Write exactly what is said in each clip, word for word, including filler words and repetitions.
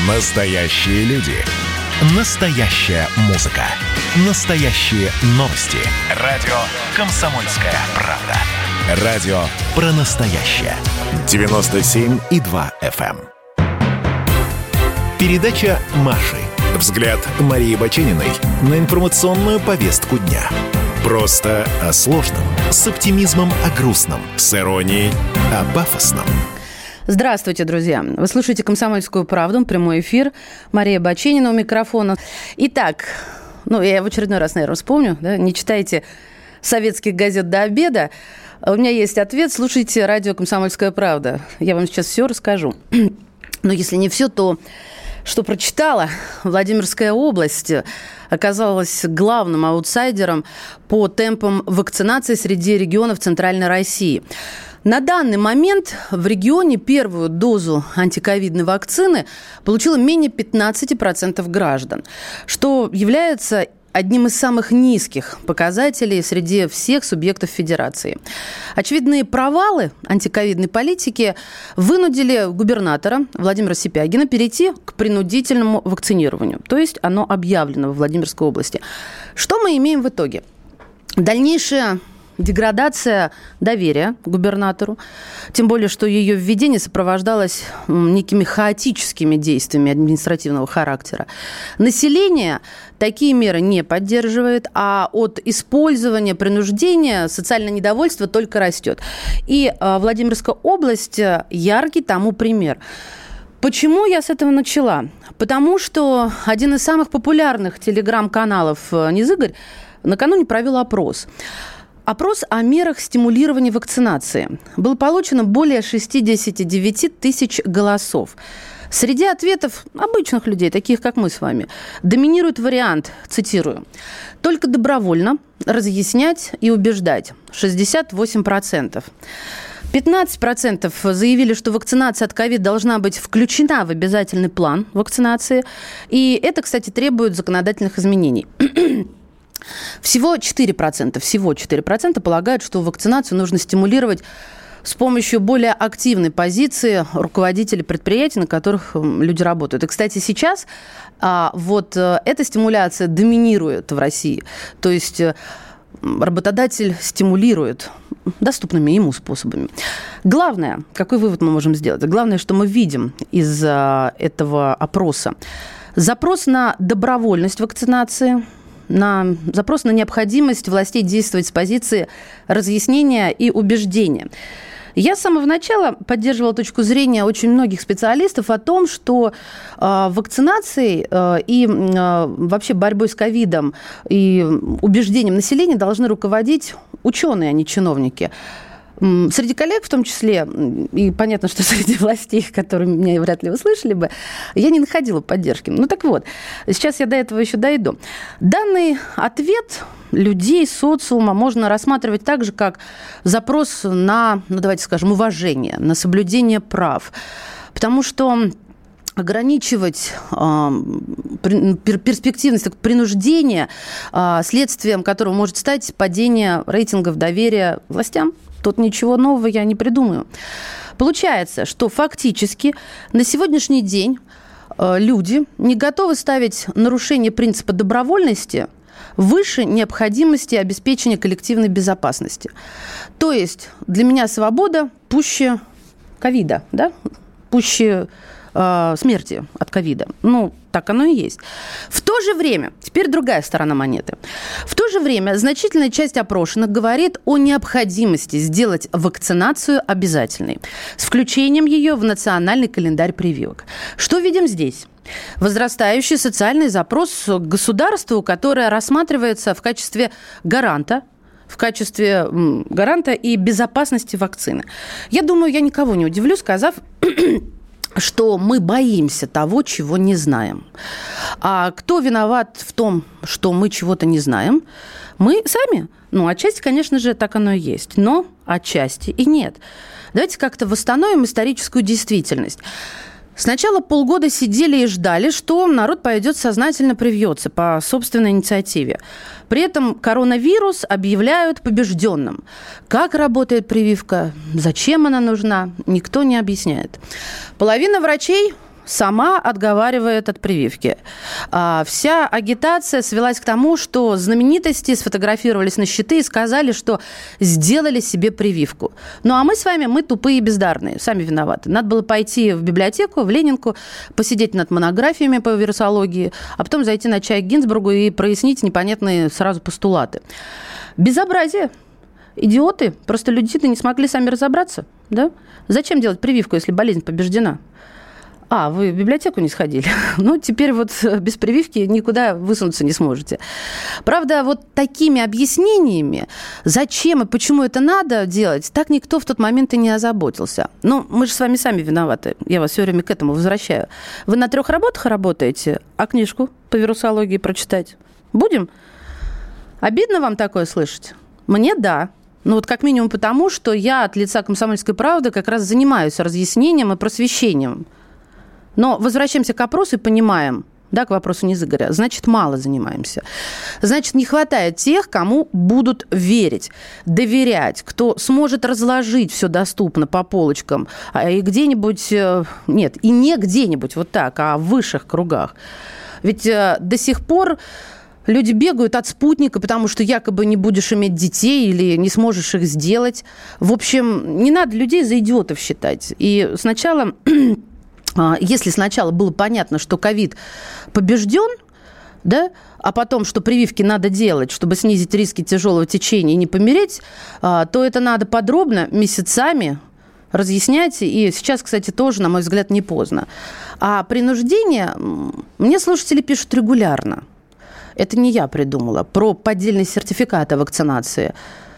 Настоящие люди. Настоящая музыка. Настоящие новости. Радио «Комсомольская правда». Радио про настоящее. девяносто семь и два эф эм. Передача «Маши». Взгляд Марии Бачениной на информационную повестку дня. Просто о сложном, с оптимизмом о грустном, с иронией о пафосном. Здравствуйте, друзья. Вы слушаете «Комсомольскую правду», прямой эфир. Мария Баченина у микрофона. Итак, ну, я в очередной раз, наверное, вспомню, да, не читайте советских газет до обеда. У меня есть ответ. Слушайте радио «Комсомольская правда». Я вам сейчас все расскажу. Но если не все, то что прочитала, Владимирская область оказалась главным аутсайдером по темпам вакцинации среди регионов Центральной России. На данный момент в регионе первую дозу антиковидной вакцины получило менее пятнадцать процентов граждан, что является одним из самых низких показателей среди всех субъектов федерации. Очевидные провалы антиковидной политики вынудили губернатора Владимира Сипягина перейти к принудительному вакцинированию, то есть оно объявлено во Владимирской области. Что мы имеем в итоге? Дальнейшая деградация доверия к губернатору, тем более, что ее введение сопровождалось некими хаотическими действиями административного характера. Население такие меры не поддерживает, а от использования принуждения социальное недовольство только растет. И Владимирская область яркий тому пример. Почему я с этого начала? Потому что один из самых популярных телеграм-каналов «Низыгорь» накануне провел опрос. Опрос о мерах стимулирования вакцинации. Было получено более шестьдесят девять тысяч голосов. Среди ответов обычных людей, таких как мы с вами, доминирует вариант, цитирую, «только добровольно разъяснять и убеждать» – шестьдесят восемь процентов. пятнадцать процентов заявили, что вакцинация от ковид должна быть включена в обязательный план вакцинации. И это, кстати, требует законодательных изменений. Всего четыре процента, всего четыре процента полагают, что вакцинацию нужно стимулировать с помощью более активной позиции руководителей предприятий, на которых люди работают. И, кстати, сейчас а, вот эта стимуляция доминирует в России. То есть работодатель стимулирует доступными ему способами. Главное, какой вывод мы можем сделать? Главное, что мы видим из этого опроса. Запрос на добровольность вакцинации, на запрос на необходимость властей действовать с позиции разъяснения и убеждения. Я с самого начала поддерживала точку зрения очень многих специалистов о том, что э, вакцинацией э, и э, вообще борьбой с ковидом и убеждением населения должны руководить ученые, а не чиновники. Среди коллег, в том числе, и понятно, что среди властей, которые меня вряд ли услышали бы, я не находила поддержки. Ну так вот, сейчас я до этого еще дойду. Данный ответ людей, социума можно рассматривать так же, как запрос на, ну давайте скажем, уважение, на соблюдение прав. Потому что ограничивать э, перспективность принуждения, э, следствием которого может стать падение рейтингов доверия властям, тут ничего нового я не придумаю. Получается, что фактически на сегодняшний день э, люди не готовы ставить нарушение принципа добровольности выше необходимости обеспечения коллективной безопасности. То есть для меня свобода пуще ковида, да? Пуще э, смерти от ковида. Ну, так оно и есть. В то же время, теперь другая сторона монеты. В то же время значительная часть опрошенных говорит о необходимости сделать вакцинацию обязательной с включением ее в национальный календарь прививок. Что видим здесь? Возрастающий социальный запрос к государству, которое рассматривается в качестве гаранта, в качестве гаранта и безопасности вакцины. Я думаю, я никого не удивлю, сказав, что мы боимся того, чего не знаем. А кто виноват в том, что мы чего-то не знаем? Мы сами. Ну, отчасти, конечно же, так оно и есть. Но отчасти и нет. Давайте как-то восстановим историческую действительность. Сначала полгода сидели и ждали, что народ пойдет сознательно привьется по собственной инициативе. При этом коронавирус объявляют побежденным. Как работает прививка, зачем она нужна, никто не объясняет. Половина врачей сама отговаривает от прививки. А, вся агитация свелась к тому, что знаменитости сфотографировались на щиты и сказали, что сделали себе прививку. Ну, а мы с вами, мы тупые и бездарные, сами виноваты. Надо было пойти в библиотеку, в Ленинку, посидеть над монографиями по вирусологии, а потом зайти на чай к Гинзбургу и прояснить непонятные сразу постулаты. Безобразие. Идиоты. Просто люди не смогли сами разобраться. Да? Зачем делать прививку, если болезнь побеждена? А, вы в библиотеку не сходили? Ну, теперь вот без прививки никуда высунуться не сможете. Правда, вот такими объяснениями, зачем и почему это надо делать, так никто в тот момент и не озаботился. Ну, мы же с вами сами виноваты. Я вас все время к этому возвращаю. Вы на трех работах работаете, а книжку по вирусологии прочитать будем? Обидно вам такое слышать? Мне – да. Ну, вот как минимум потому, что я от лица «Комсомольской правды» как раз занимаюсь разъяснением и просвещением. Но возвращаемся к вопросу и понимаем, да, к вопросу Низыгоря, значит, мало занимаемся. Значит, не хватает тех, кому будут верить, доверять, кто сможет разложить все доступно по полочкам, и где-нибудь, нет, и не где-нибудь вот так, а в высших кругах. Ведь до сих пор люди бегают от спутника, потому что якобы не будешь иметь детей или не сможешь их сделать. В общем, не надо людей за идиотов считать. И сначала... Если сначала было понятно, что ковид побежден, да, а потом, что прививки надо делать, чтобы снизить риски тяжелого течения и не помереть, то это надо подробно, месяцами разъяснять. И сейчас, кстати, тоже, на мой взгляд, не поздно. А принуждение мне слушатели пишут регулярно. Это не я придумала. Про поддельные сертификаты о вакцинации.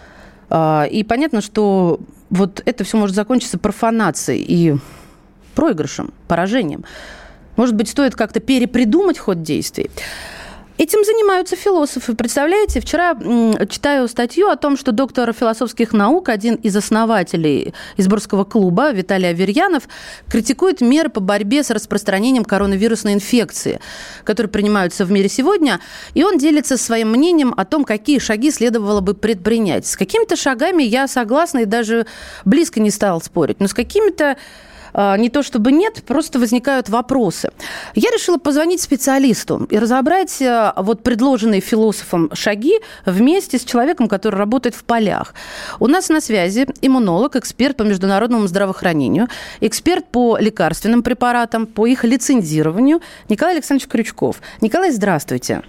И понятно, что вот это все может закончиться профанацией и проигрышем, поражением. Может быть, стоит как-то перепридумать ход действий. Этим занимаются философы. Представляете, вчера м, читаю статью о том, что доктор философских наук, один из основателей Изборского клуба, Виталий Аверьянов, критикует меры по борьбе с распространением коронавирусной инфекции, которые принимаются в мире сегодня, и он делится своим мнением о том, какие шаги следовало бы предпринять. С какими-то шагами я согласна и даже близко не стала спорить, но с какими-то не то чтобы нет, просто возникают вопросы. Я решила позвонить специалисту и разобрать вот предложенные философом шаги вместе с человеком, который работает в полях. У нас на связи иммунолог, эксперт по международному здравоохранению, эксперт по лекарственным препаратам, по их лицензированию Николай Александрович Крючков. Николай, здравствуйте.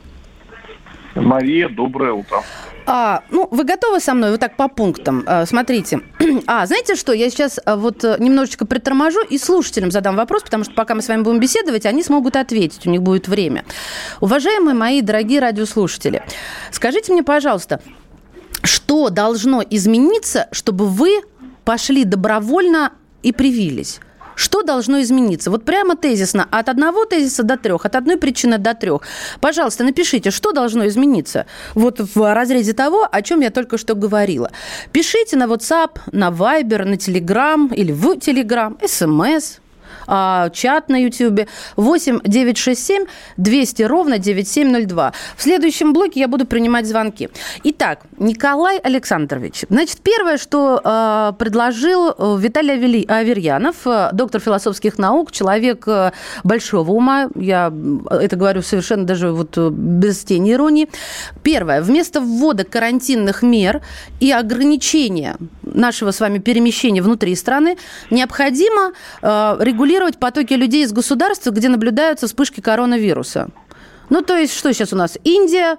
Мария, доброе утро. А, ну, вы готовы со мной вот так по пунктам? А, смотрите. А, знаете что, я сейчас вот немножечко приторможу и слушателям задам вопрос, потому что пока мы с вами будем беседовать, они смогут ответить, у них будет время. Уважаемые мои дорогие радиослушатели, скажите мне, пожалуйста, что должно измениться, чтобы вы пошли добровольно и привились? Что должно измениться? Вот прямо тезисно, от одного тезиса до трех, от одной причины до трех. Пожалуйста, напишите, что должно измениться вот в разрезе того, о чем я только что говорила. Пишите на WhatsApp, на Viber, на Telegram или в Telegram, СМС, чат на Ютьюбе восемь девятьсот шестьдесят семь двести ровно девяносто семь ноль два. В следующем блоке я буду принимать звонки. Итак, Николай Александрович, значит, первое, что э, предложил Виталий Аверьянов, доктор философских наук, человек большого ума, я это говорю совершенно даже вот без тени иронии. Первое, вместо ввода карантинных мер и ограничения нашего с вами перемещения внутри страны необходимо э, регулировать потоки людей из государства, где наблюдаются вспышки коронавируса. Ну, то есть, что сейчас у нас? Индия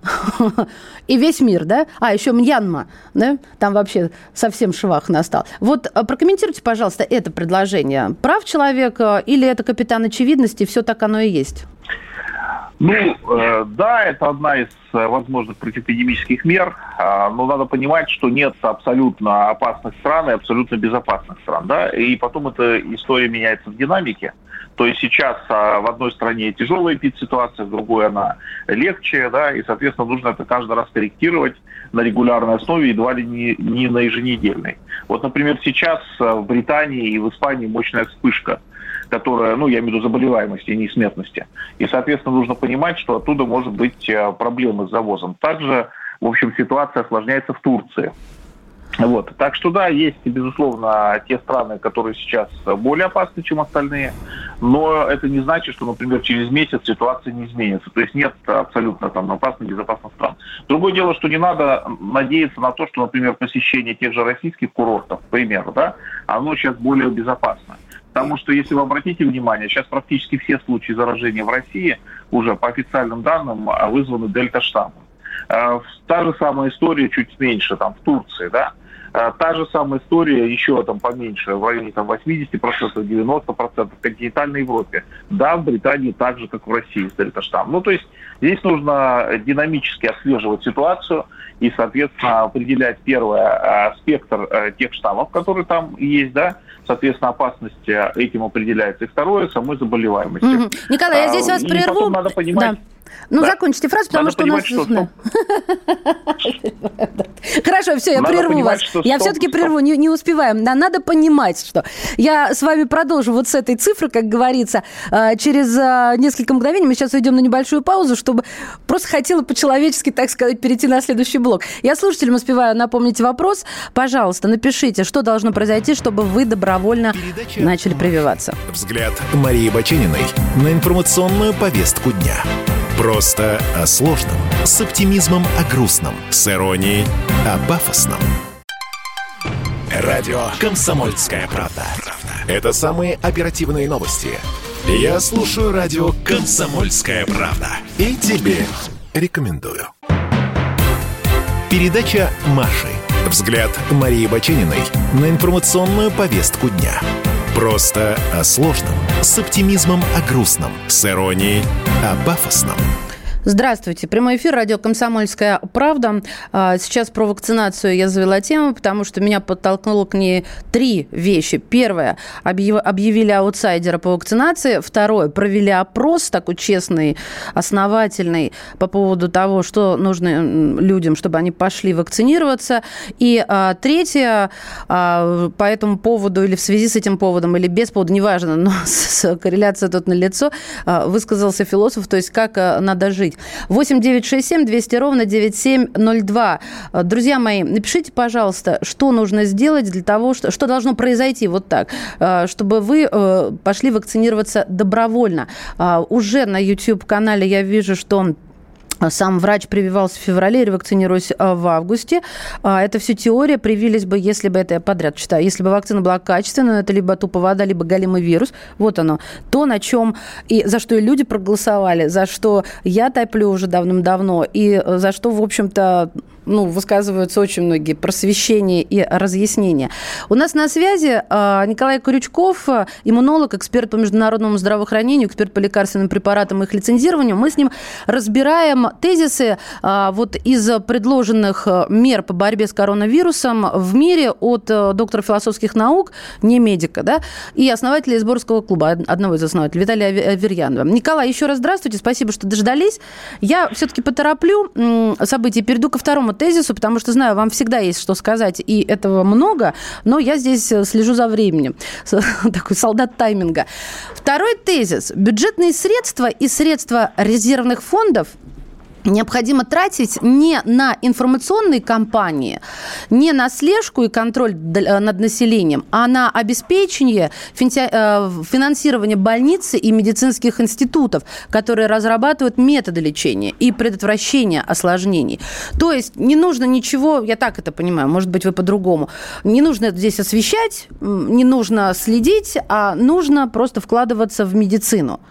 и весь мир, да? А, еще Мьянма, да? Там вообще совсем швах настал. Вот прокомментируйте, пожалуйста, это предложение. Прав человек или это капитан очевидности, все так оно и есть? Ну, э, да, это одна из возможных противоэпидемических мер, э, но надо понимать, что нет абсолютно опасных стран и абсолютно безопасных стран, да, и потом эта история меняется в динамике. То есть сейчас а, в одной стране тяжелая эпидситуация, в другой она легче, да, и, соответственно, нужно это каждый раз корректировать на регулярной основе, едва ли не, не на еженедельной. Вот, например, сейчас в Британии и в Испании мощная вспышка, которая, ну, я имею в виду заболеваемости и несмертности. И, соответственно, нужно понимать, что оттуда может быть проблемы с завозом. Также, в общем, ситуация осложняется в Турции. Вот. Так что да, есть, безусловно, те страны, которые сейчас более опасны, чем остальные, но это не значит, что, например, через месяц ситуация не изменится. То есть нет абсолютно там опасных, безопасных стран. Другое дело, что не надо надеяться на то, что, например, посещение тех же российских курортов, к примеру, да, оно сейчас более безопасно. Потому что, если вы обратите внимание, сейчас практически все случаи заражения в России уже по официальным данным вызваны дельта-штаммом. Та же самая история, чуть меньше, там, в Турции, да. Та же самая история, еще там поменьше, в районе там, восемьдесят процентов, девяносто процентов в континентальной Европе. Да, в Британии так же, как в России, с дельта-штаммом. Ну, то есть здесь нужно динамически отслеживать ситуацию и, соответственно, определять, первое, спектр тех штаммов, которые там есть, да, соответственно, опасность этим определяется. И второе, самой заболеваемости. Mm-hmm. Николай, я здесь вас и прерву. Потом надо понимать... Да. Ну, да. закончите фразу, потому Надо что понимать, у нас... Что Хорошо, все, я надо прерву понимать, вас. Что я стоп, все-таки стоп. прерву, не, не успеваем. Да, надо понимать, что... Я с вами продолжу вот с этой цифры, как говорится. Через несколько мгновений мы сейчас уйдем на небольшую паузу, чтобы просто хотела по-человечески, так сказать, перейти на следующий блок. Я слушателям успеваю напомнить вопрос. Пожалуйста, напишите, что должно произойти, чтобы вы добровольно Передача начали прививаться. Взгляд Марии Бачениной на информационную повестку дня. Просто о сложном, с оптимизмом о грустном, с иронией о пафосном. Радио «Комсомольская правда». Это самые оперативные новости. Я слушаю радио «Комсомольская правда». И тебе рекомендую. Передача «Маши». Взгляд Марии Бачениной на информационную повестку дня. Просто о сложном, с оптимизмом о грустном, с иронией о пафосном. Здравствуйте. Прямой эфир, радио «Комсомольская правда». Сейчас про вакцинацию я завела тему, потому что меня подтолкнуло к ней три вещи. Первое. Объявили аутсайдера по вакцинации. Второе. Провели опрос такой честный, основательный по поводу того, что нужно людям, чтобы они пошли вакцинироваться. И а, третье. А, по этому поводу или в связи с этим поводом, или без повода, неважно, но с, с, корреляция тут налицо, а, высказался философ, то есть как а, надо жить. восемь девятьсот шестьдесят семь двести ровно девяносто семь ноль два. Друзья мои, напишите, пожалуйста, что нужно сделать для того, что, что должно произойти вот так, чтобы вы пошли вакцинироваться добровольно. Уже на YouTube-канале я вижу, что сам врач прививался в феврале, ревакцинируясь в августе. Это все теория. Привились бы, если бы, это я подряд читаю, если бы вакцина была качественная, это либо тупо вода, либо галимый вирус. Вот оно. То, на чем и за что и люди проголосовали, за что я топлю уже давным-давно, и за что, в общем-то, ну, высказываются очень многие просвещения и разъяснения. У нас на связи Николай Крючков, иммунолог, эксперт по международному здравоохранению, эксперт по лекарственным препаратам и их лицензированию. Мы с ним разбираем тезисы вот из предложенных мер по борьбе с коронавирусом в мире от доктора философских наук, не медика, да, и основателя Изборского клуба, одного из основателей, Виталия Аверьянова. Николай, еще раз здравствуйте, спасибо, что дождались. Я все-таки потороплю события, перейду ко второму тезису, потому что знаю, вам всегда есть что сказать, и этого много, но я здесь слежу за временем. Такой солдат тайминга. Второй тезис. Бюджетные средства и средства резервных фондов необходимо тратить не на информационные кампании, не на слежку и контроль над населением, а на обеспечение финансирования больниц и медицинских институтов, которые разрабатывают методы лечения и предотвращения осложнений. То есть не нужно ничего, я так это понимаю, может быть, вы по-другому, не нужно здесь освещать, не нужно следить, а нужно просто вкладываться в медицину.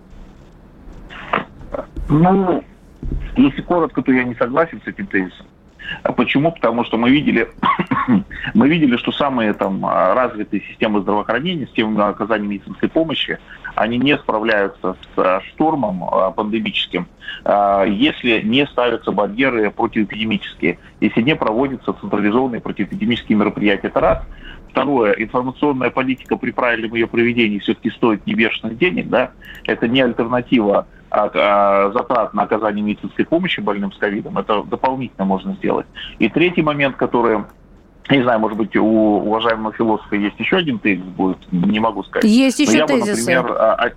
Ну... Если коротко, то я не согласен с этим тезисом. А почему? Потому что мы видели, мы видели, что самые там развитые системы здравоохранения, системы оказания медицинской помощи, они не справляются с штормом пандемическим, если не ставятся барьеры противоэпидемические, если не проводятся централизованные противоэпидемические мероприятия. Это раз. Второе, информационная политика при правильном ее проведении все-таки стоит небешеных денег, да, это не альтернатива затрат на оказание медицинской помощи больным с ковидом, это дополнительно можно сделать. И третий момент, который, я не знаю, может быть, у уважаемого философа есть еще один тезис будет, не могу сказать. Есть еще Но я тезисы. бы, например,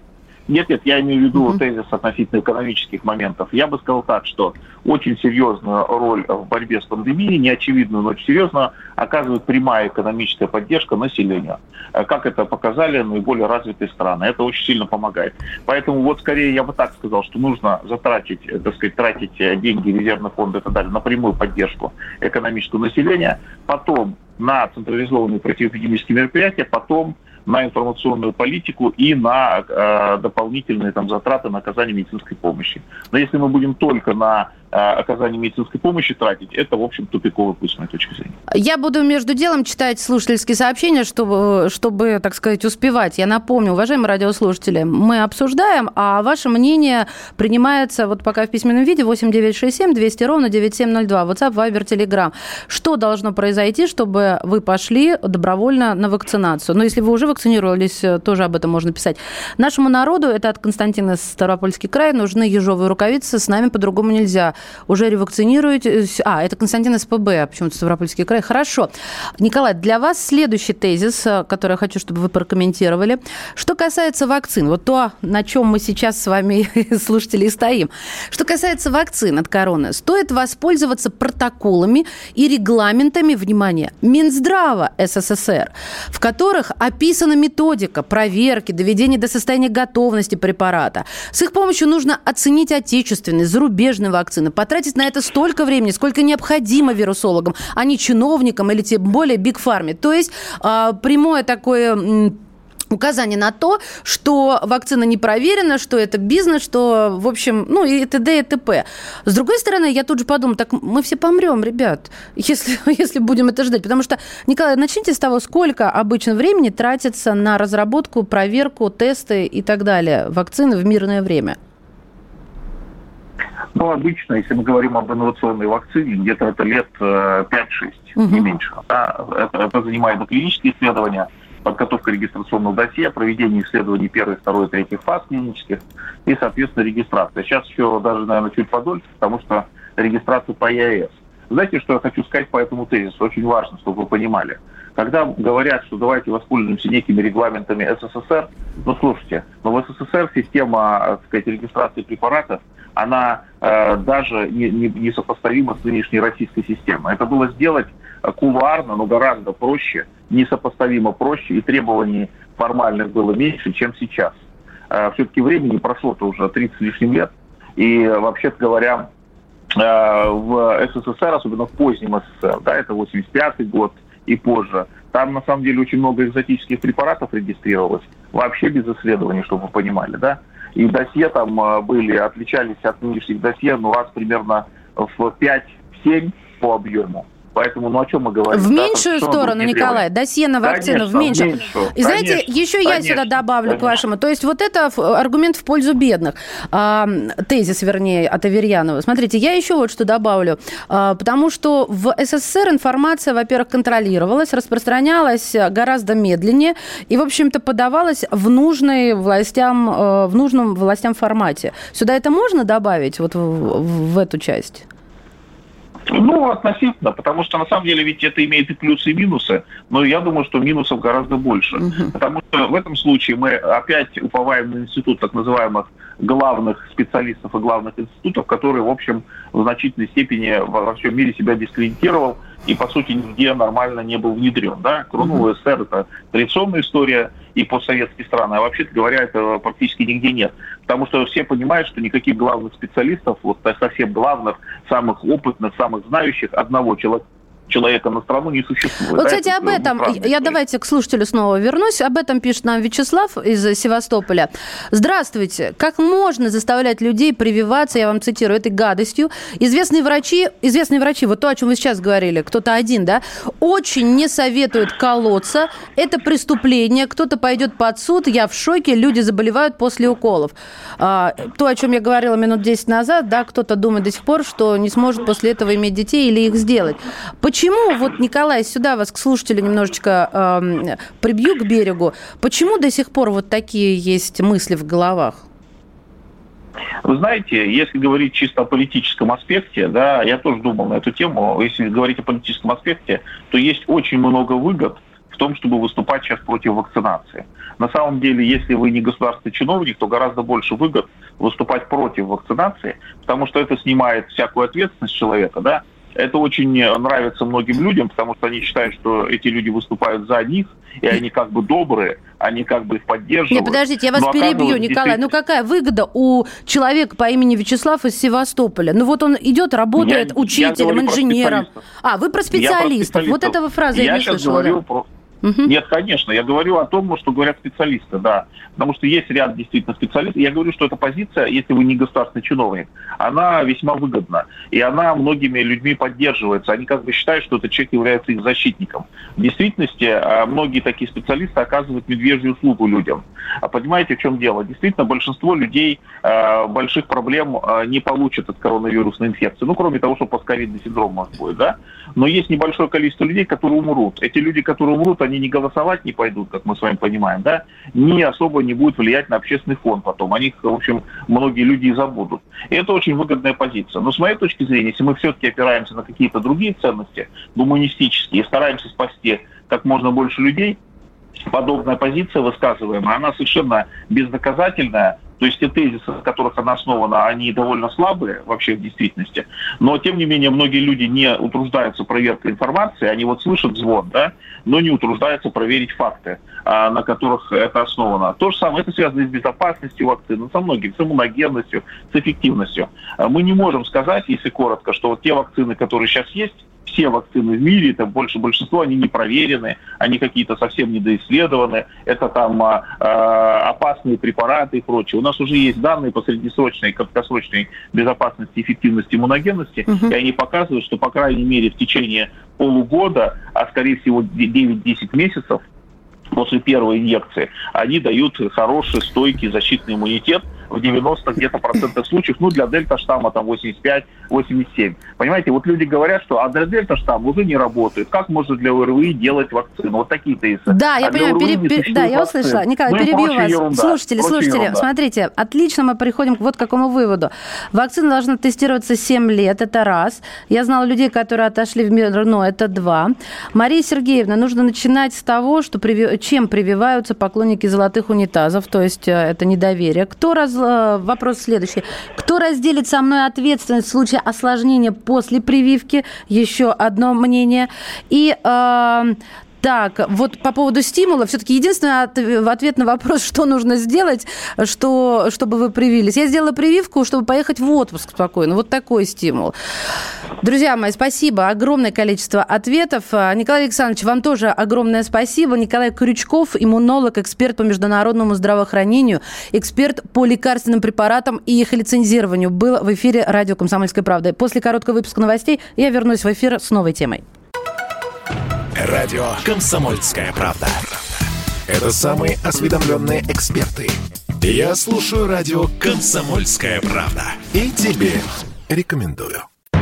Нет, нет, я имею в виду uh-huh. тезис относительно экономических моментов. Я бы сказал так, что очень серьезную роль в борьбе с пандемией, неочевидную, но очень серьезно, оказывает прямая экономическая поддержка населения. Как это показали наиболее развитые страны. Это очень сильно помогает. Поэтому вот скорее я бы так сказал, что нужно затратить, так сказать, тратить деньги резервных фондов и так далее на прямую поддержку экономического населения, потом на централизованные противоэпидемические мероприятия, потом на информационную политику и на э, дополнительные там, затраты на оказание медицинской помощи. Но если мы будем только на э, оказание медицинской помощи тратить, это, в общем, тупиковый путь с моей точки зрения. Я буду между делом читать слушательские сообщения, чтобы, чтобы, так сказать, успевать. Я напомню, уважаемые радиослушатели, мы обсуждаем, а ваше мнение принимается вот пока в письменном виде восемь девятьсот шестьдесят семь двести ровно девяносто семь ноль два. WhatsApp, Viber, Telegram. Что должно произойти, чтобы вы пошли добровольно на вакцинацию? Но если вы уже вакцинировались, тоже об этом можно писать. Нашему народу, это от Константина, Ставропольский край, нужны ежовые рукавицы, с нами по-другому нельзя. Уже ревакцинируетесь. А, это Константин СПБ, почему-то Ставропольский край. Хорошо. Николай, для вас следующий тезис, который я хочу, чтобы вы прокомментировали. Что касается вакцин, вот то, на чем мы сейчас с вами, слушатели, и стоим. Что касается вакцин от короны, стоит воспользоваться протоколами и регламентами, внимание, Минздрава СССР, в которых описана методика проверки, доведения до состояния готовности препарата. С их помощью нужно оценить отечественные, зарубежные вакцины, потратить на это столько времени, сколько необходимо вирусологам, а не чиновникам или тем более бигфарме. То есть э, прямое такое... указание на то, что вакцина не проверена, что это бизнес, что, в общем, ну и т.д. и т.п. С другой стороны, я тут же подумала, так мы все помрем, ребят, если, если будем это ждать. Потому что, Николай, начните с того, сколько обычно времени тратится на разработку, проверку, тесты и так далее вакцины в мирное время? Ну, обычно, если мы говорим об инновационной вакцине, где-то это лет пять-шесть, угу. не меньше. Да? Это, это занимает доклинические исследования, подготовка регистрационного досье, проведение исследований первой, второй, третьей фаз клинических и, соответственно, регистрация. Сейчас еще даже, наверное, чуть подольше, потому что регистрация по ЕАЭС. Знаете, что я хочу сказать по этому тезису? Очень важно, чтобы вы понимали. Когда говорят, что давайте воспользуемся некими регламентами СССР, ну, слушайте, но в СССР система, так сказать, регистрации препаратов, она э, даже не, не, не сопоставима с нынешней российской системой. Это было сделать кулуарно, но гораздо проще, несопоставимо проще, и требований формальных было меньше, чем сейчас. Э, все-таки времени прошло-то уже тридцать с лишним лет, и, вообще-то говоря, э, в СССР, особенно в позднем СССР, да, это восемьдесят пятый год и позже, там, на самом деле, очень много экзотических препаратов регистрировалось, вообще без исследований, чтобы вы понимали, да. И досье там были, отличались от нынешних досье, ну, раз примерно в пять-семь по объему. Поэтому, ну, о чем мы говорим? В меньшую да, сторону, Николай, досье на вакцину конечно, в меньшую. В меньшую. И знаете, конечно, еще конечно, я сюда добавлю конечно. К вашему. То есть вот это аргумент в пользу бедных. А, тезис, вернее, от Аверьянова. Смотрите, я еще вот что добавлю. А, потому что в СССР информация, во-первых, контролировалась, распространялась гораздо медленнее и, в общем-то, подавалась в, нужной властям, в нужном властям формате. Сюда это можно добавить вот в, в, в эту часть? Ну, относительно, потому что, на самом деле, ведь это имеет и плюсы, и минусы, но я думаю, что минусов гораздо больше. Uh-huh. Потому что в этом случае мы опять уповаем на институт так называемых главных специалистов и главных институтов, которые, в общем, в значительной степени во всем мире себя дискредитировал и, по сути, нигде нормально не был внедрен. Да? Кроме СССР это традиционная история и постсоветские страны, а вообще-то говоря, это практически нигде нет. Потому что все понимают, что никаких главных специалистов, вот совсем главных, самых опытных, самых знающих, одного человека, человека на страну не существует. Вот, да, кстати, об этом, я давайте к слушателю снова вернусь. Об этом пишет нам Вячеслав из Севастополя. Здравствуйте. Как можно заставлять людей прививаться, я вам цитирую, этой гадостью? Известные врачи, известные врачи, вот то, о чем вы сейчас говорили, кто-то один, да, очень не советуют колоться. Это преступление. Кто-то пойдет под суд. Я в шоке. Люди заболевают после уколов. А, то, о чем я говорила минут десять назад, да, кто-то думает до сих пор, что не сможет после этого иметь детей или их сделать. Почему, вот, Николай, сюда вас к слушателю немножечко э, прибью к берегу, почему до сих пор вот такие есть мысли в головах? Вы знаете, если говорить чисто о политическом аспекте, да, я тоже думал на эту тему, если говорить о политическом аспекте, то есть очень много выгод в в том, чтобы выступать сейчас против вакцинации. На самом деле, если вы не государственный чиновник, то гораздо больше выгод выступать против вакцинации, потому что это снимает всякую ответственность человека, да. Это очень нравится многим людям, потому что они считают, что эти люди выступают за них, и они как бы добрые, они как бы их поддерживают. Нет, подождите, я вас Но перебью, Николай. Ну какая выгода у человека по имени Вячеслав из Севастополя? Ну вот он идет, работает я, учителем, я инженером. А, вы про специалистов. Про специалистов. Вот этого фразы я, я не слышала. Я сейчас говорю про... Угу. Нет, конечно. Я говорю о том, что говорят специалисты, да. Потому что есть ряд действительно специалистов. Я говорю, что эта позиция, если вы не государственный чиновник, она весьма выгодна. И она многими людьми поддерживается. Они как бы считают, что этот человек является их защитником. В действительности многие такие специалисты оказывают медвежью услугу людям. А понимаете, в чем дело? Действительно, большинство людей э, больших проблем э, не получат от коронавирусной инфекции. Ну, кроме того, что постковидный синдром может быть, да? Но есть небольшое количество людей, которые умрут. Эти люди, которые умрут, они не голосовать не пойдут, как мы с вами понимаем, да? Ни особо не будут влиять на общественный фонд потом. О них, в общем, многие люди и забудут. И это очень выгодная позиция. Но с моей точки зрения, если мы все-таки опираемся на какие-то другие ценности, гуманистические, и стараемся спасти как можно больше людей, подобная позиция высказываемая, она совершенно бездоказательная. То есть те тезисы, на которых она основана, они довольно слабые вообще в действительности. Но, тем не менее, многие люди не утруждаются проверкой информации. Они вот слышат звон, да, но не утруждаются проверить факты, на которых это основано. То же самое, это связано и с безопасностью вакцины, со многим, с иммуногенностью, с эффективностью. Мы не можем сказать, если коротко, что вот те вакцины, которые сейчас есть, все вакцины в мире, это больше большинство, они не проверены, они какие-то совсем недоисследованы, это там э, опасные препараты и прочее. У нас уже есть данные по среднесрочной и краткосрочной безопасности и эффективности иммуногенности, uh-huh. и они показывают, что, по крайней мере, в течение полугода, а скорее всего девять-десять месяцев после первой инъекции, они дают хороший, стойкий защитный иммунитет в девяноста где-то процентах случаев, ну, для дельта-штамма там восемьдесят пять - восемьдесят семь. Понимаете, вот люди говорят, что а для дельта-штамма уже не работает. Как можно для ОРВИ делать вакцину? Вот такие тезисы. Да, я а понимаю, пере, пере, да, я услышала. Николай, ну, перебью вас. Ерунда, слушатели, слушатели, ерунда. Смотрите, отлично мы приходим к вот какому выводу. Вакцина должна тестироваться семь лет, это раз. Я знала людей, которые отошли в мир, но это два. Мария Сергеевна, нужно начинать с того, что приви... чем прививаются поклонники золотых унитазов, то есть это недоверие. Кто раз Вопрос следующий. Кто разделит со мной ответственность в случае осложнения после прививки? Еще одно мнение. И... Э, Так, вот по поводу стимула, все-таки единственный ответ на вопрос, что нужно сделать, что, чтобы вы привились. Я сделала прививку, чтобы поехать в отпуск спокойно. Вот такой стимул. Друзья мои, спасибо. Огромное количество ответов. Николай Александрович, вам тоже огромное спасибо. Николай Крючков, иммунолог, эксперт по международному здравоохранению, эксперт по лекарственным препаратам и их лицензированию, был в эфире радио «Комсомольская правда». После короткого выпуска новостей я вернусь в эфир с новой темой. Радио «Комсомольская правда». Это самые осведомленные эксперты. Я слушаю радио «Комсомольская правда». И тебе рекомендую.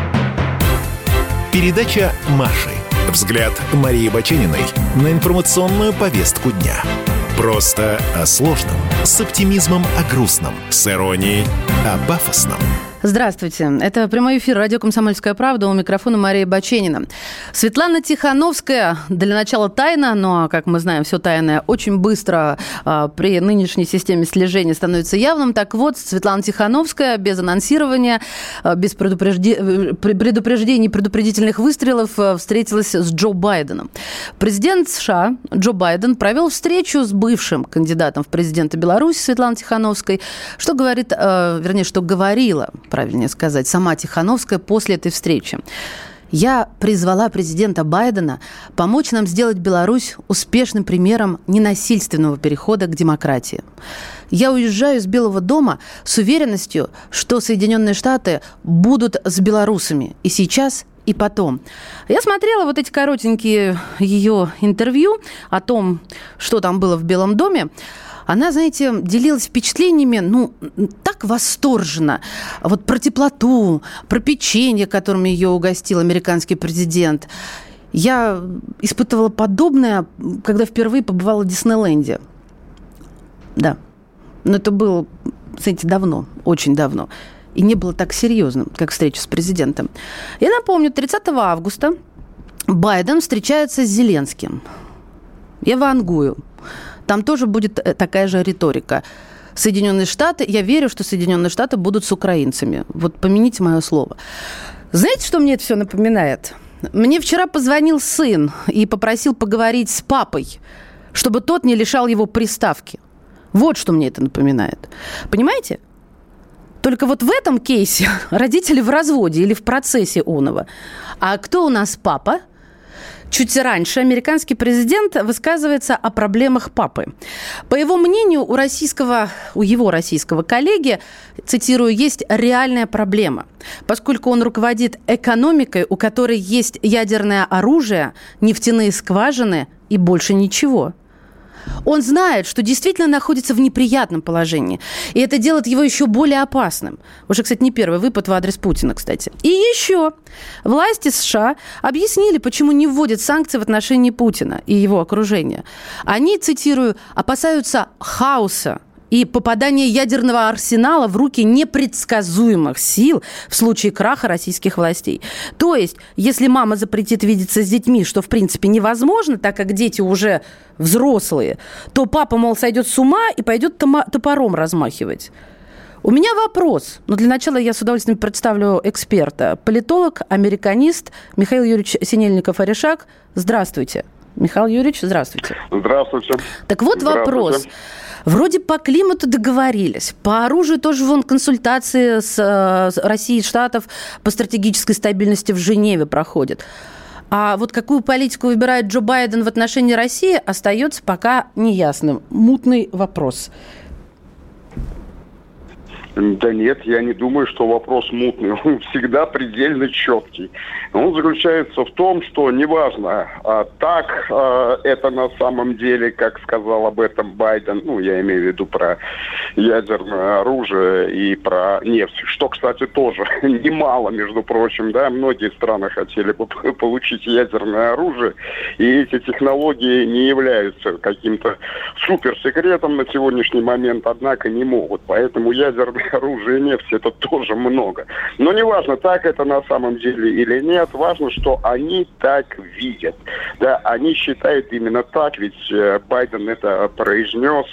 Передача «Маши». Взгляд Марии Бачениной на информационную повестку дня. Просто о сложном, с оптимизмом о грустном, с иронией о пафосном. Здравствуйте. Это прямой эфир радио «Комсомольская правда». У микрофона Мария Баченина. Светлана Тихановская, для начала тайна, но, как мы знаем, все тайное очень быстро а, при нынешней системе слежения становится явным. Так вот, Светлана Тихановская без анонсирования, а, без предупрежде... предупреждений, предупредительных выстрелов а, встретилась с Джо Байденом. Президент США Джо Байден провел встречу с бывшим кандидатом в президенты Беларуси Светланой Тихановской, что говорит, а, вернее, что говорила, правильнее сказать, сама Тихановская после этой встречи. Я призвала президента Байдена помочь нам сделать Беларусь успешным примером ненасильственного перехода к демократии. Я уезжаю из Белого дома с уверенностью, что Соединенные Штаты будут с белорусами и сейчас, и потом. Я смотрела вот эти коротенькие ее интервью о том, что там было в Белом доме. Она, знаете, делилась впечатлениями, ну, так восторженно. Вот про теплоту, про печенье, которым ее угостил американский президент. Я испытывала подобное, когда впервые побывала в Диснейленде. Да. Но это было, знаете, давно, очень давно. И не было так серьезным, как встреча с президентом. Я напомню, тридцатого августа Байден встречается с Зеленским. Я вангую. Там тоже будет такая же риторика. Соединенные Штаты, я верю, что Соединенные Штаты будут с украинцами. Вот помяните мое слово. Знаете, что мне это все напоминает? Мне вчера позвонил сын и попросил поговорить с папой, чтобы тот не лишал его приставки. Вот что мне это напоминает. Понимаете? Только вот в этом кейсе родители в разводе или в процессе оного. А кто у нас папа? Чуть раньше американский президент высказывается о проблемах папы. По его мнению, у российского, у его российского коллеги, цитирую, есть реальная проблема, поскольку он руководит экономикой, у которой есть ядерное оружие, нефтяные скважины и больше ничего. Он знает, что действительно находится в неприятном положении. И это делает его еще более опасным. Уже, кстати, не первый выпад в адрес Путина, кстати. И еще. Власти США объяснили, почему не вводят санкции в отношении Путина и его окружения. Они, цитирую, опасаются хаоса и попадания ядерного арсенала в руки непредсказуемых сил в случае краха российских властей. То есть, если мама запретит видеться с детьми, что, в принципе, невозможно, так как дети уже взрослые, то папа, мол, сойдет с ума и пойдет топором размахивать. У меня вопрос, но для начала я с удовольствием представлю эксперта. Политолог, американист Михаил Юрьевич Синельников-Орешак. Здравствуйте. Михаил Юрьевич, здравствуйте. Здравствуйте. Так вот вопрос. Вроде по климату договорились, по оружию тоже вон консультации с, с Россией и Штатов по стратегической стабильности в Женеве проходят. А вот какую политику выбирает Джо Байден в отношении России, остается пока неясным. Мутный вопрос. Да нет, я не думаю, что вопрос мутный. Он всегда предельно четкий. Он заключается в том, что неважно, а, так а, это на самом деле, как сказал об этом Байден, ну, я имею в виду про ядерное оружие и про нефть, что, кстати, тоже немало, между прочим, да, многие страны хотели бы получить ядерное оружие, и эти технологии не являются каким-то суперсекретом на сегодняшний момент, однако не могут. Поэтому ядерное оружие и нефть это тоже много. Но неважно, так это на самом деле или нет, важно, что они так видят. Да, они считают именно так, ведь э, Байден это произнес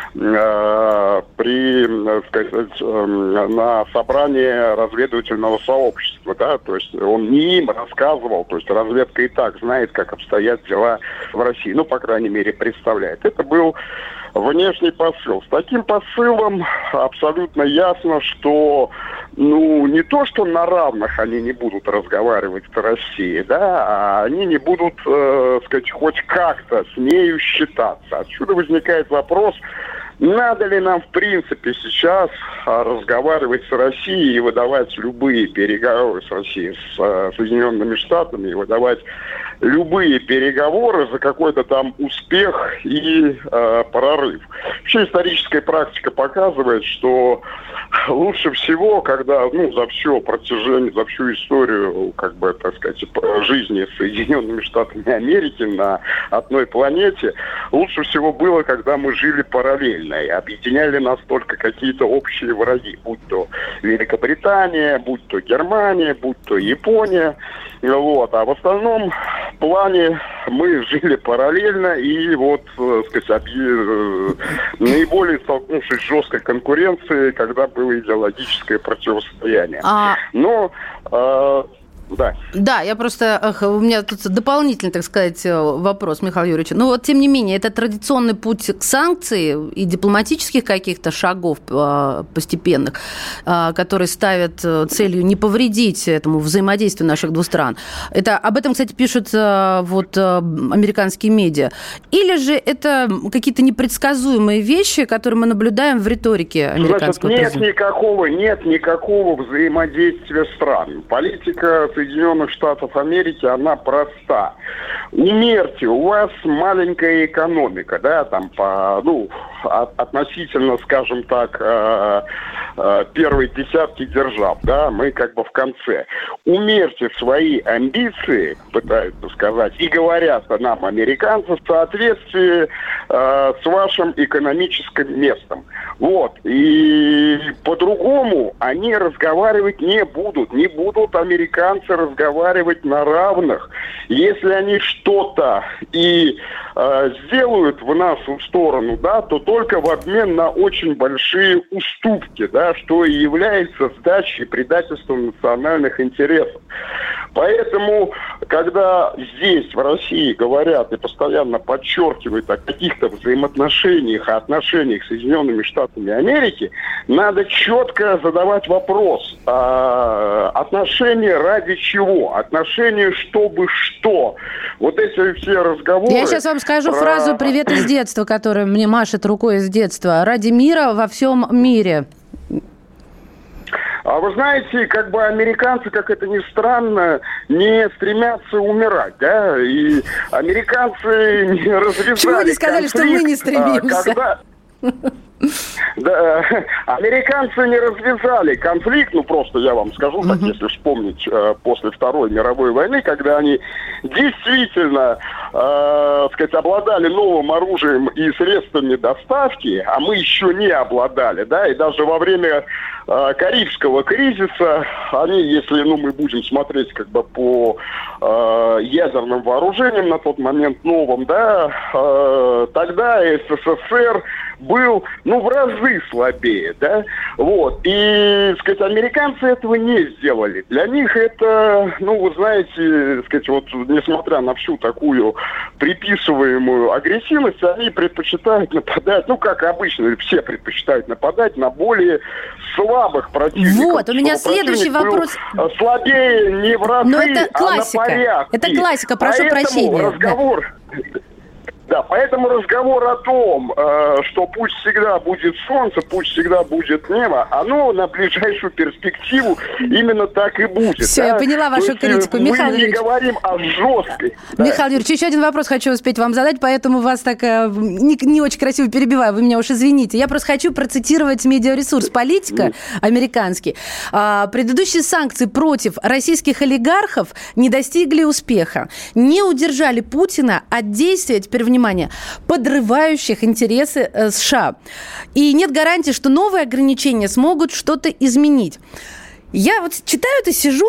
э, при, э, сказать, э, на собрании разведывательного сообщества, да, то есть он не им рассказывал, то есть разведка и так знает, как обстоят дела в России, ну, по крайней мере, представляет. Это был внешний посыл. С таким посылом абсолютно ясно, что ну, не то, что на равных они не будут разговаривать с Россией, да, а они не будут, э, сказать, хоть как-то с нею считаться. Отсюда возникает вопрос, надо ли нам, в принципе, сейчас разговаривать с Россией и выдавать любые переговоры с Россией, с э, Соединенными Штатами, и выдавать любые переговоры за какой-то там успех и э, прорыв. Вообще историческая практика показывает, что лучше всего, когда ну, за все протяжение, за всю историю, как бы, так сказать, жизни с Соединенными Штатами Америки на одной планете, лучше всего было, когда мы жили параллельно и объединяли нас только какие-то общие враги, будь то Великобритания, будь то Германия, будь то Япония. Вот. А в остальном плане мы жили параллельно и вот, так сказать, объ... наиболее столкнувшись с жесткой конкуренцией, когда было идеологическое противостояние. А... Но... Э... Да. Да, я просто... Ах, у меня тут дополнительный, так сказать, вопрос, Михаил Юрьевич. Но вот, тем не менее, это традиционный путь к санкции и дипломатических каких-то шагов постепенных, которые ставят целью не повредить этому взаимодействию наших двух стран. Это, об этом, кстати, пишут вот, американские медиа. Или же это какие-то непредсказуемые вещи, которые мы наблюдаем в риторике американского Значит, нет президента? никакого, нет никакого взаимодействия стран. Политика Соединенных Штатов Америки, она проста. Умерьте, у вас маленькая экономика, да, там по, ну, от, относительно, скажем так, э, э, первой десятки держав, да, мы как бы в конце. Умерьте свои амбиции, пытаются сказать, и говорят нам, американцы, в соответствии э, с вашим экономическим местом. Вот. И по-другому по-другому они разговаривать не будут. Не будут американцы разговаривать на равных. Если они что-то и э, сделают в нашу сторону, да, то только в обмен на очень большие уступки, да, что и является сдачей и предательством национальных интересов. Поэтому, когда здесь, в России, говорят и постоянно подчеркивают о каких-то взаимоотношениях, о отношениях с Соединенными Штатами Америки, надо четко задавать вопрос. А, отношения ради чего? Отношения чтобы что? Вот эти все разговоры... Я сейчас вам скажу про... фразу «Привет из детства», которая мне машет рукой из детства. «Ради мира во всем мире». А вы знаете, как бы американцы, как это ни странно, не стремятся умирать, да? И американцы не развязали... Чего не сказали, конфликт, что мы не стремимся? Когда... Да, американцы не развязали конфликт, ну просто я вам скажу, так, если вспомнить э, после Второй мировой войны, когда они действительно, э, сказать, обладали новым оружием и средствами доставки, а мы еще не обладали, да, и даже во время э, Карибского кризиса они, если, ну, мы будем смотреть как бы по э, ядерным вооружениям на тот момент новым, да, э, тогда СССР был, ну, в разы слабее, да, вот, и, так сказать, американцы этого не сделали. Для них это, ну, вы знаете, так сказать, вот, несмотря на всю такую приписываемую агрессивность, они предпочитают нападать, ну, как обычно, все предпочитают нападать на более слабых противников. Вот, у меня следующий вопрос. Слабее не в разы, Но это классика. А на порядке. Это классика, прошу Поэтому прощения. разговор... Да, поэтому разговор о том, э, что пусть всегда будет солнце, пусть всегда будет небо, оно на ближайшую перспективу именно так и будет. Все, да? я поняла вашу То есть, критику, Михаил Мы Юрьевич. не говорим о жесткой. Да. Михаил Юрьевич, еще один вопрос хочу успеть вам задать, поэтому вас так э, не, не очень красиво перебиваю, вы меня уж извините. Я просто хочу процитировать медиаресурс «Политика» американский. А, предыдущие санкции против российских олигархов не достигли успеха, не удержали Путина от действия, теперь внимание, подрывающих интересы США. И нет гарантии, что новые ограничения смогут что-то изменить. Я вот читаю это, сижу,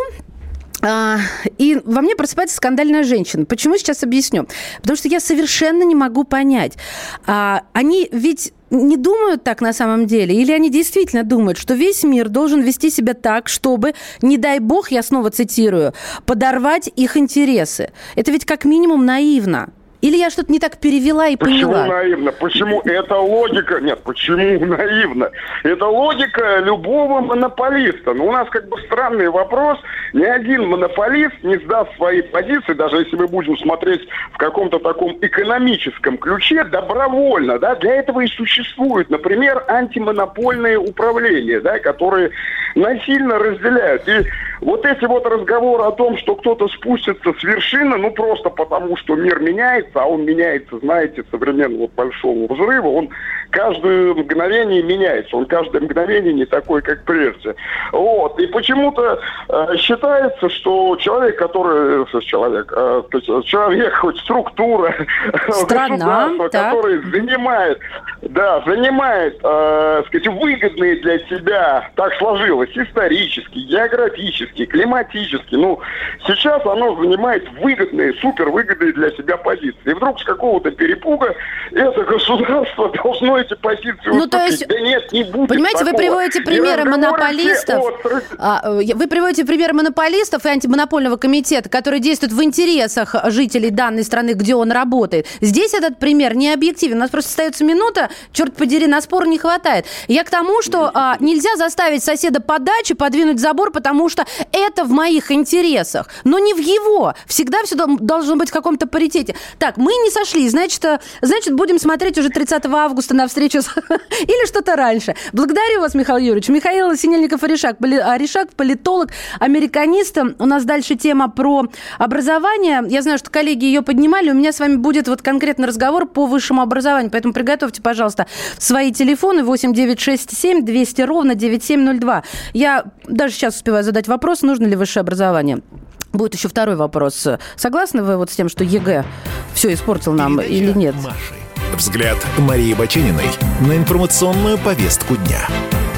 а, и во мне просыпается скандальная женщина. Почему, сейчас объясню. Потому что я совершенно не могу понять. А, они ведь не думают так на самом деле? Или они действительно думают, что весь мир должен вести себя так, чтобы, не дай бог, я снова цитирую, подорвать их интересы? Это ведь как минимум наивно. Или я что-то не так перевела и поняла? Почему наивно? Почему? Это логика... Нет, почему наивно? Это логика любого монополиста. Но у нас как бы странный вопрос. Ни один монополист не сдаст свои позиции, даже если мы будем смотреть в каком-то таком экономическом ключе, добровольно. Да? Для этого и существует, например, антимонопольные управления, да, которые насильно разделяют. И вот эти вот разговоры о том, что кто-то спустится с вершины, ну просто потому, что мир меняется, а он меняется, знаете, современного вот большого взрыва, он каждое мгновение меняется, он каждое мгновение не такой, как прежде. Вот. И почему-то э, считается, что человек, который... Человек, э, человек, хоть структура, страна, государство, так. которое занимает, да, занимает, э, сказать, выгодные для себя, так сложилось, исторически, географически, климатически. Ну, сейчас оно занимает выгодные, супервыгодные для себя позиции. И вдруг с какого-то перепуга это государство должно эти позиции ну, уступить. то есть, да нет, не будет понимаете, такого. вы приводите примеры монополистов. От... А, вы приводите примеры монополистов и антимонопольного комитета, которые действуют в интересах жителей данной страны, где он работает. Здесь этот пример не объективен. У нас просто остается минута, черт подери, на спор не хватает. Я к тому, что а, нельзя заставить соседа по даче подвинуть забор, потому что это в моих интересах, но не в его. Всегда все должно быть в каком-то паритете. Так, мы не сошли, значит, значит будем смотреть уже тридцатого августа на встречу с... или что-то раньше. Благодарю вас, Михаил Юрьевич. Михаил Синельников-Орешак, Орешак, политолог, американист. У нас дальше тема про образование. Я знаю, что коллеги ее поднимали. У меня с вами будет вот конкретно разговор по высшему образованию, поэтому приготовьте, пожалуйста, свои телефоны восемь девятьсот шестьдесят семь двести ровно девяносто семь ноль два. Я даже сейчас успеваю задать вопрос, нужно ли высшее образование. Будет еще второй вопрос. Согласны вы вот с тем, что ЕГЭ все испортил нам Передача или нет? Маши. Взгляд Марии Бачениной на информационную повестку дня.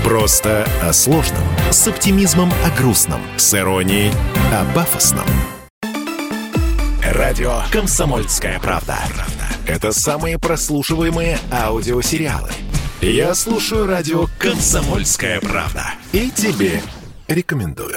Просто о сложном, с оптимизмом о грустном, с иронией о пафосном. Радио «Комсомольская правда». Это самые прослушиваемые аудиосериалы. Я слушаю радио «Комсомольская правда». И тебе рекомендую.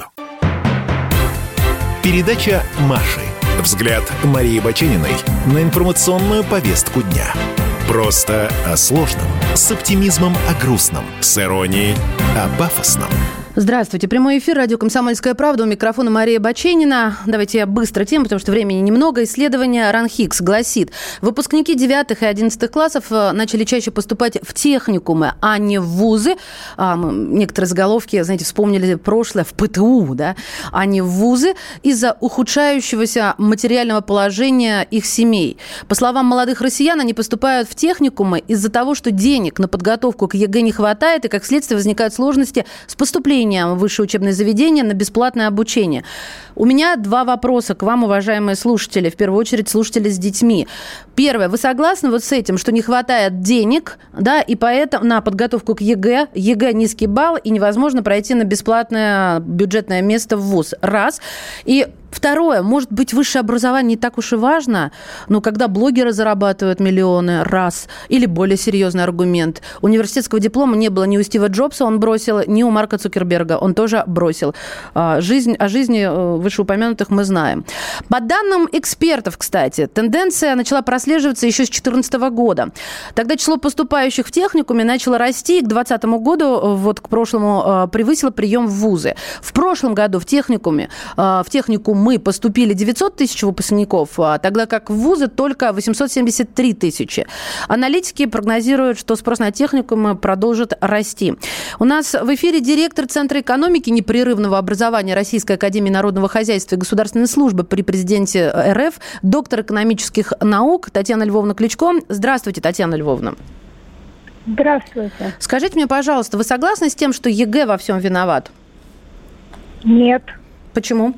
Передача «Маши». Взгляд Марии Бачениной на информационную повестку дня. Просто о сложном, с оптимизмом о грустном, с иронией о пафосном. Здравствуйте. Прямой эфир. Радио «Комсомольская правда». У микрофона Мария Баченина. Давайте я быстро тему, потому что времени немного. Исследование РАНХИКС гласит, выпускники девятых и одиннадцатых классов начали чаще поступать в техникумы, а не в вузы. Некоторые заголовки, знаете, вспомнили прошлое, в ПТУ, да, а не в вузы, из-за ухудшающегося материального положения их семей. По словам молодых россиян, они поступают в техникумы из-за того, что денег на подготовку к ЕГЭ не хватает, и, как следствие, возникают сложности с поступлением в высшее учебное заведение на бесплатное обучение. У меня два вопроса к вам, уважаемые слушатели, в первую очередь слушатели с детьми. Первое. Вы согласны вот с этим, что не хватает денег, да, и поэтому на подготовку к ЕГЭ, ЕГЭ низкий балл, и невозможно пройти на бесплатное бюджетное место в вуз? Раз. И второе, может быть, высшее образование не так уж и важно, но когда блогеры зарабатывают миллионы, раз, или более серьезный аргумент. Университетского диплома не было ни у Стива Джобса, он бросил, ни у Марка Цукерберга, он тоже бросил. Жизнь, о жизни вышеупомянутых мы знаем. По данным экспертов, кстати, тенденция начала прослеживаться еще с две тысячи четырнадцатого года. Тогда число поступающих в техникуме начало расти, и к двадцатому году, вот к прошлому, превысило прием в вузы. В прошлом году в техникуме, в техникум мы поступили девятьсот тысяч выпускников, тогда как в вузы только восемьсот семьдесят три тысячи. Аналитики прогнозируют, что спрос на техникумы продолжит расти. У нас в эфире директор Центра экономики непрерывного образования Российской академии народного хозяйства и государственной службы при президенте РФ, доктор экономических наук Татьяна Львовна Кличко. Здравствуйте, Татьяна Львовна. Здравствуйте. Скажите мне, пожалуйста, вы согласны с тем, что ЕГЭ во всем виноват? Нет. Почему?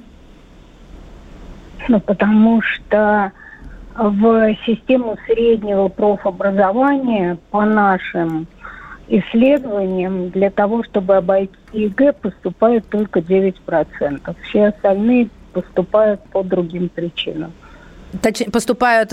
Ну, потому что в систему среднего профобразования по нашим исследованиям для того, чтобы обойти ЕГЭ, поступает только девять процентов. Все остальные поступают по другим причинам. Точнее, поступают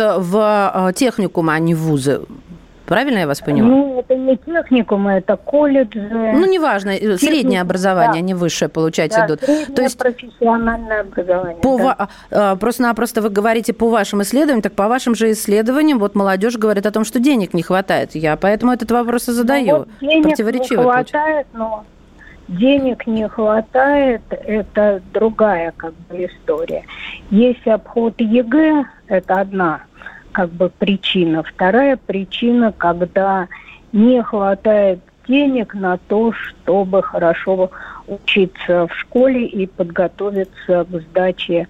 в техникум, а не в вузы. Правильно я вас поняла? Ну, это не техникум, это колледжи. Ну, неважно, техникум, среднее образование, да. Не высшее, получать да, идут. Среднее То есть профессиональное образование. По да. ва- просто-напросто вы говорите по вашим исследованиям, так по вашим же исследованиям вот молодежь говорит о том, что денег не хватает. Я поэтому этот вопрос и задаю. Ну, вот денег Противоречиво не хватает, но денег не хватает, это другая как бы история. Есть обход ЕГЭ, это одна как бы причина. Вторая причина, когда не хватает денег на то, чтобы хорошо учиться в школе и подготовиться к сдаче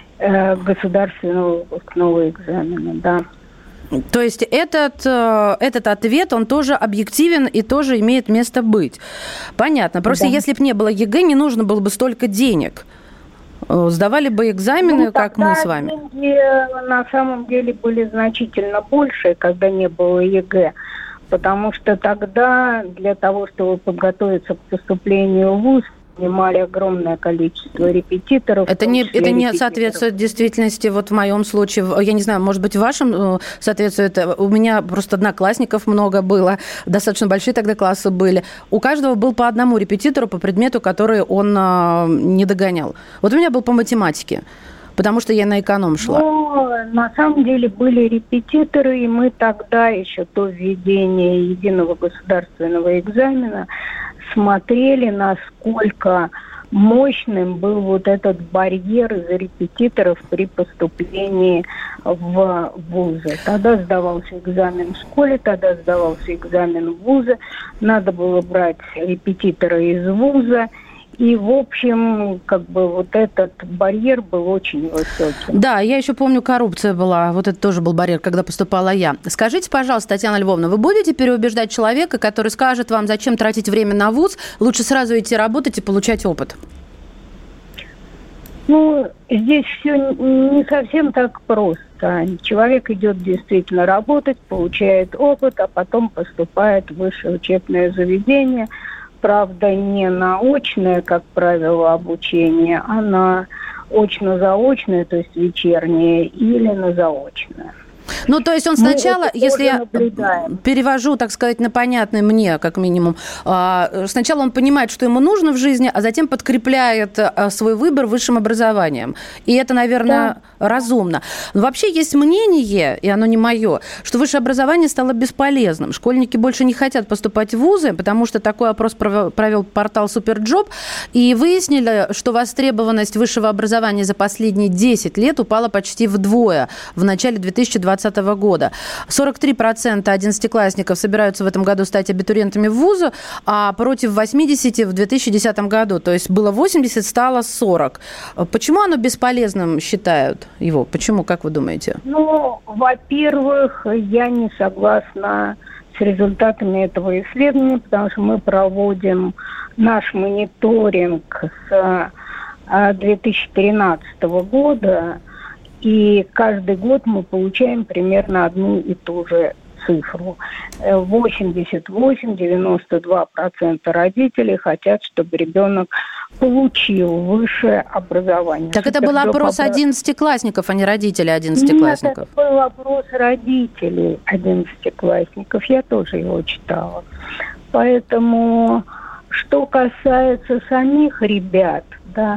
э, государственного выпускного экзамена, да. То есть этот, этот ответ, он тоже объективен и тоже имеет место быть. Понятно. Просто да. Если бы не было ЕГЭ, не нужно было бы столько денег. Сдавали бы экзамены, ну, как мы с вами. Деньги на самом деле были значительно больше, когда не было ЕГЭ. Потому что тогда для того, чтобы подготовиться к поступлению в вуз, нанимали огромное количество репетиторов. Это не, это не соответствует действительности. Вот в моем случае, я не знаю, может быть, в вашем соответствует. У меня просто одноклассников много было, достаточно большие тогда классы были. У каждого был по одному репетитору по предмету, который он не догонял. Вот у меня был по математике, потому что я на эконом шла. Но на самом деле были репетиторы, и мы тогда еще до введения единого государственного экзамена смотрели, насколько мощным был вот этот барьер из-за репетиторов при поступлении в вузы. Тогда сдавался экзамен в школе, тогда сдавался экзамен в вузы. Надо было брать репетитора из вуза. И, в общем, как бы вот этот барьер был очень высокий. Да, я еще помню, коррупция была. Вот это тоже был барьер, когда поступала я. Скажите, пожалуйста, Татьяна Львовна, вы будете переубеждать человека, который скажет вам, зачем тратить время на вуз, лучше сразу идти работать и получать опыт? Ну, здесь все не совсем так просто. Человек идет действительно работать, получает опыт, а потом поступает в высшее учебное заведение, правда, не на очное, как правило, обучение, а на очно-заочное, то есть вечернее, или на заочное. Ну, то есть он сначала, если я наблюдаем. перевожу, так сказать, на понятный мне, как минимум, сначала он понимает, что ему нужно в жизни, а затем подкрепляет свой выбор высшим образованием. И это, наверное, да. разумно. Но вообще есть мнение, и оно не мое, что высшее образование стало бесполезным. Школьники больше не хотят поступать в вузы, потому что такой опрос провел портал Суперджоп, и выяснили, что востребованность высшего образования за последние десять лет упала почти вдвое в начале две тысячи двадцатого года. сорок три процента одиннадцатиклассников собираются в этом году стать абитуриентами в вузы, а против восемьдесят в две тысячи десятом году. То есть было восемьдесят, стало сорок. Почему оно бесполезным считают его? Почему, как вы думаете? Ну, во-первых, я не согласна с результатами этого исследования, потому что мы проводим наш мониторинг с две тысячи тринадцатого года, и каждый год мы получаем примерно одну и ту же цифру. восемьдесят восемь - девяносто два процента родителей хотят, чтобы ребенок получил высшее образование. Так это был опрос одиннадцатиклассников, а не родителей одиннадцатиклассников. Нет, это был опрос родителей одиннадцатиклассников. Я тоже его читала. Поэтому, что касается самих ребят, да,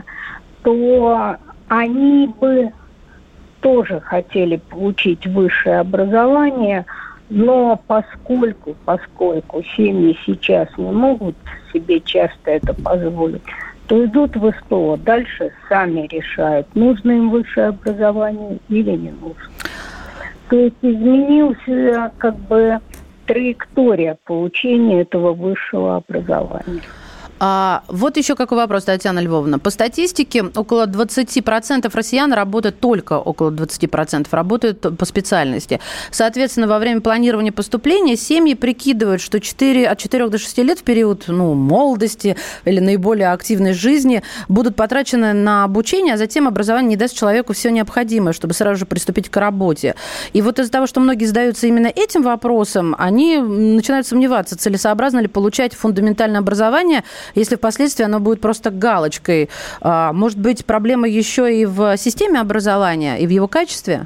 то они бы тоже хотели получить высшее образование, но поскольку, поскольку семьи сейчас не могут себе часто это позволить, то идут в СПО. Дальше сами решают, нужно им высшее образование или не нужно. То есть изменилась как бы траектория получения этого высшего образования. А вот еще какой вопрос, Татьяна Львовна. По статистике, около двадцать процентов россиян работают, только около двадцать процентов работают по специальности. Соответственно, во время планирования поступления семьи прикидывают, что четыре, от четырёх до шести лет в период ну, молодости или наиболее активной жизни будут потрачены на обучение, а затем образование не даст человеку все необходимое, чтобы сразу же приступить к работе. И вот из-за того, что многие задаются именно этим вопросом, они начинают сомневаться, целесообразно ли получать фундаментальное образование, если впоследствии оно будет просто галочкой. Может быть, проблема еще и в системе образования, и в его качестве?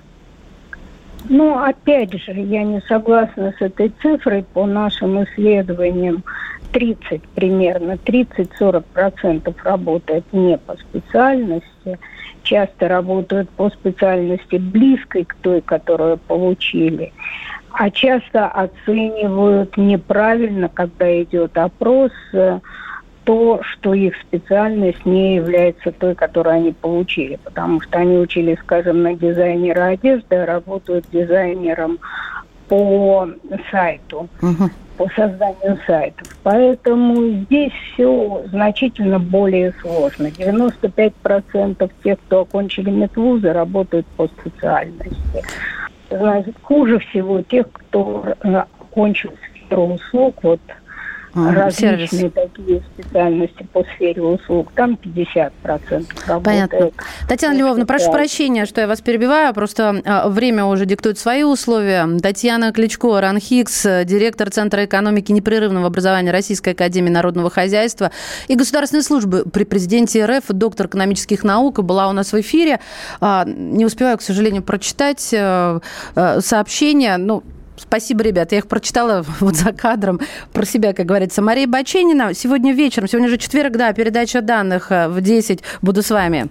Ну, опять же, я не согласна с этой цифрой. По нашим исследованиям, тридцать примерно, тридцать-сорок процентов работает не по специальности. Часто работают по специальности близкой к той, которую получили. А часто оценивают неправильно, когда идет опрос, то, что их специальность не является той, которую они получили. Потому что они учились, скажем, на дизайнера одежды, а работают дизайнером по сайту, uh-huh. по созданию сайтов. Поэтому здесь все значительно более сложно. девяносто пять процентов тех, кто окончили медвузы, работают по специальности. Значит, хуже всего тех, кто окончил сферу услуг, вот, различные сервис. Такие специальности по сфере услуг. Там пятьдесят процентов работает. Понятно. Татьяна Львовна, прошу прощения, что я вас перебиваю. Просто время уже диктует свои условия. Татьяна Кличко, РАНХИКС, директор Центра экономики непрерывного образования Российской академии народного хозяйства и государственной службы при президенте РФ, доктор экономических наук, была у нас в эфире. Не успеваю, к сожалению, прочитать сообщения. Ну, спасибо, ребята. Я их прочитала вот за кадром про себя, как говорится. Мария Баченина. Сегодня вечером, сегодня же четверг, да, передача данных в десять. Буду с вами.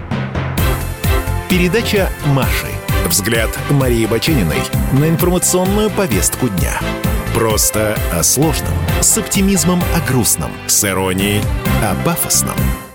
Передача Маши. Взгляд Марии Бачениной на информационную повестку дня. Просто о сложном. С оптимизмом о грустном. С иронией о пафосном.